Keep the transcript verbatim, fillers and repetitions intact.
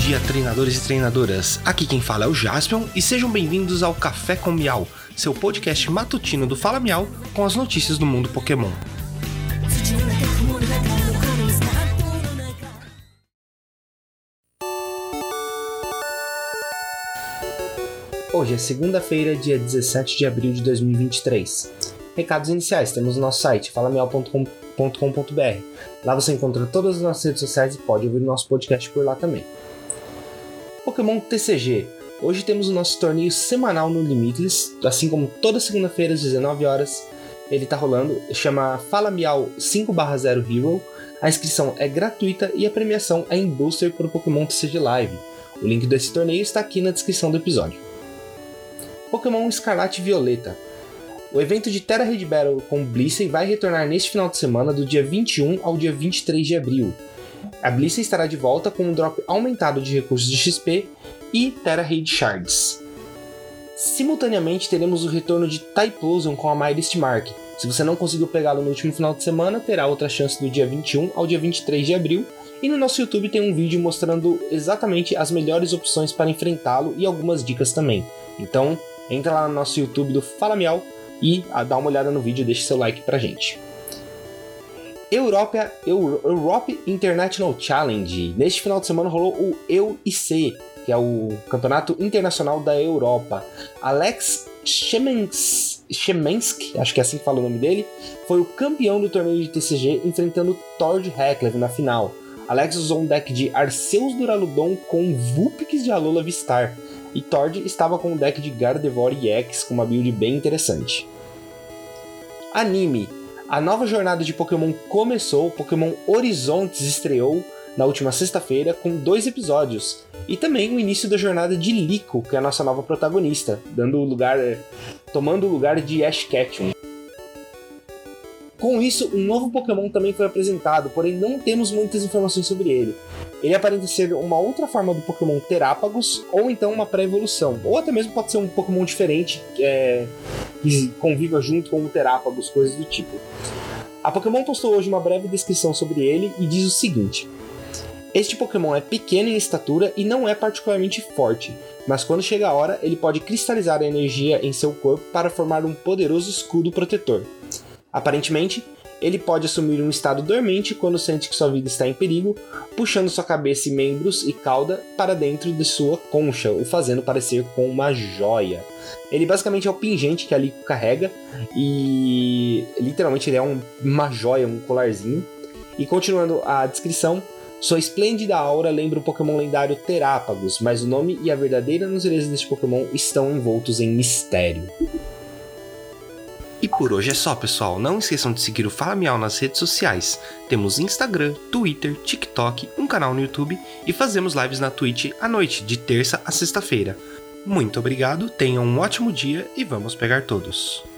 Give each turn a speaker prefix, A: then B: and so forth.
A: dia, treinadores e treinadoras. Aqui quem fala é o Jaspion e sejam bem-vindos ao Café com Miau, seu podcast matutino do Fala Miau com as notícias do mundo Pokémon. Hoje é segunda-feira, dia dezessete de abril de dois mil e vinte e três. Recados iniciais, temos o nosso site, fala miau ponto com ponto b r. Lá você encontra todas as nossas redes sociais e pode ouvir o nosso podcast por lá também. Pokémon T C G. Hoje temos o nosso torneio semanal no Limitless, assim como toda segunda-feira às dezenove horas. Ele tá rolando, chama Fala Miau cinco barra zero Hero. A inscrição é gratuita e a premiação é em booster para o Pokémon T C G Live. O link desse torneio está aqui na descrição do episódio. Pokémon Escarlate e Violeta. O evento de Terra Raid Battle com Blissey vai retornar neste final de semana do dia vinte e um ao dia vinte e três de abril. A Blissey estará de volta com um drop aumentado de recursos de X P e Terra Raid Shards. Simultaneamente teremos o retorno de Typhlosion com a Mightiest Mark. Se você não conseguiu pegá-lo no último final de semana, terá outra chance do dia vinte e um ao dia vinte e três de abril. E no nosso YouTube tem um vídeo mostrando exatamente as melhores opções para enfrentá-lo e algumas dicas também. Então, entra lá no nosso YouTube do Fala Miau e ah, dá uma olhada no vídeo e deixa seu like pra gente. Europa, Euro, Europe International Challenge. Neste final de semana rolou o E U I C, que é o Campeonato Internacional da Europa. Alex Chemensky, acho que é assim que fala o nome dele, foi o campeão do torneio de T C G, enfrentando Tord Hecklev na final. Alex usou um deck de Arceus Duraludon com Vulpix de Alola Vistar, e Tord estava com um deck de Gardevoir E X com uma build bem interessante. Anime. A nova jornada de Pokémon começou, Pokémon Horizontes estreou na última sexta-feira com dois episódios, e também o início da jornada de Liko, que é a nossa nova protagonista, dando lugar, tomando o lugar de Ash Ketchum. Com isso, um novo Pokémon também foi apresentado, porém não temos muitas informações sobre ele. Ele aparenta ser uma outra forma do Pokémon Terápagos, ou então uma pré-evolução, ou até mesmo pode ser um Pokémon diferente, é, que conviva junto com o Terápagos, coisas do tipo. A Pokémon postou hoje uma breve descrição sobre ele e diz o seguinte: este Pokémon é pequeno em estatura e não é particularmente forte, mas quando chega a hora, ele pode cristalizar a energia em seu corpo para formar um poderoso escudo protetor. Aparentemente, ele pode assumir um estado dormente quando sente que sua vida está em perigo, puxando sua cabeça e membros e cauda para dentro de sua concha, o fazendo parecer com uma joia. Ele basicamente é o pingente que a Liko carrega, e literalmente ele é um, uma joia, um colarzinho. E continuando a descrição, sua esplêndida aura lembra o Pokémon lendário Terápagos, mas o nome e a verdadeira natureza deste Pokémon estão envoltos em mistério. E por hoje é só, pessoal. Não esqueçam de seguir o Fala Miau nas redes sociais. Temos Instagram, Twitter, TikTok, um canal no YouTube e fazemos lives na Twitch à noite, de terça a sexta-feira. Muito obrigado, tenham um ótimo dia e vamos pegar todos!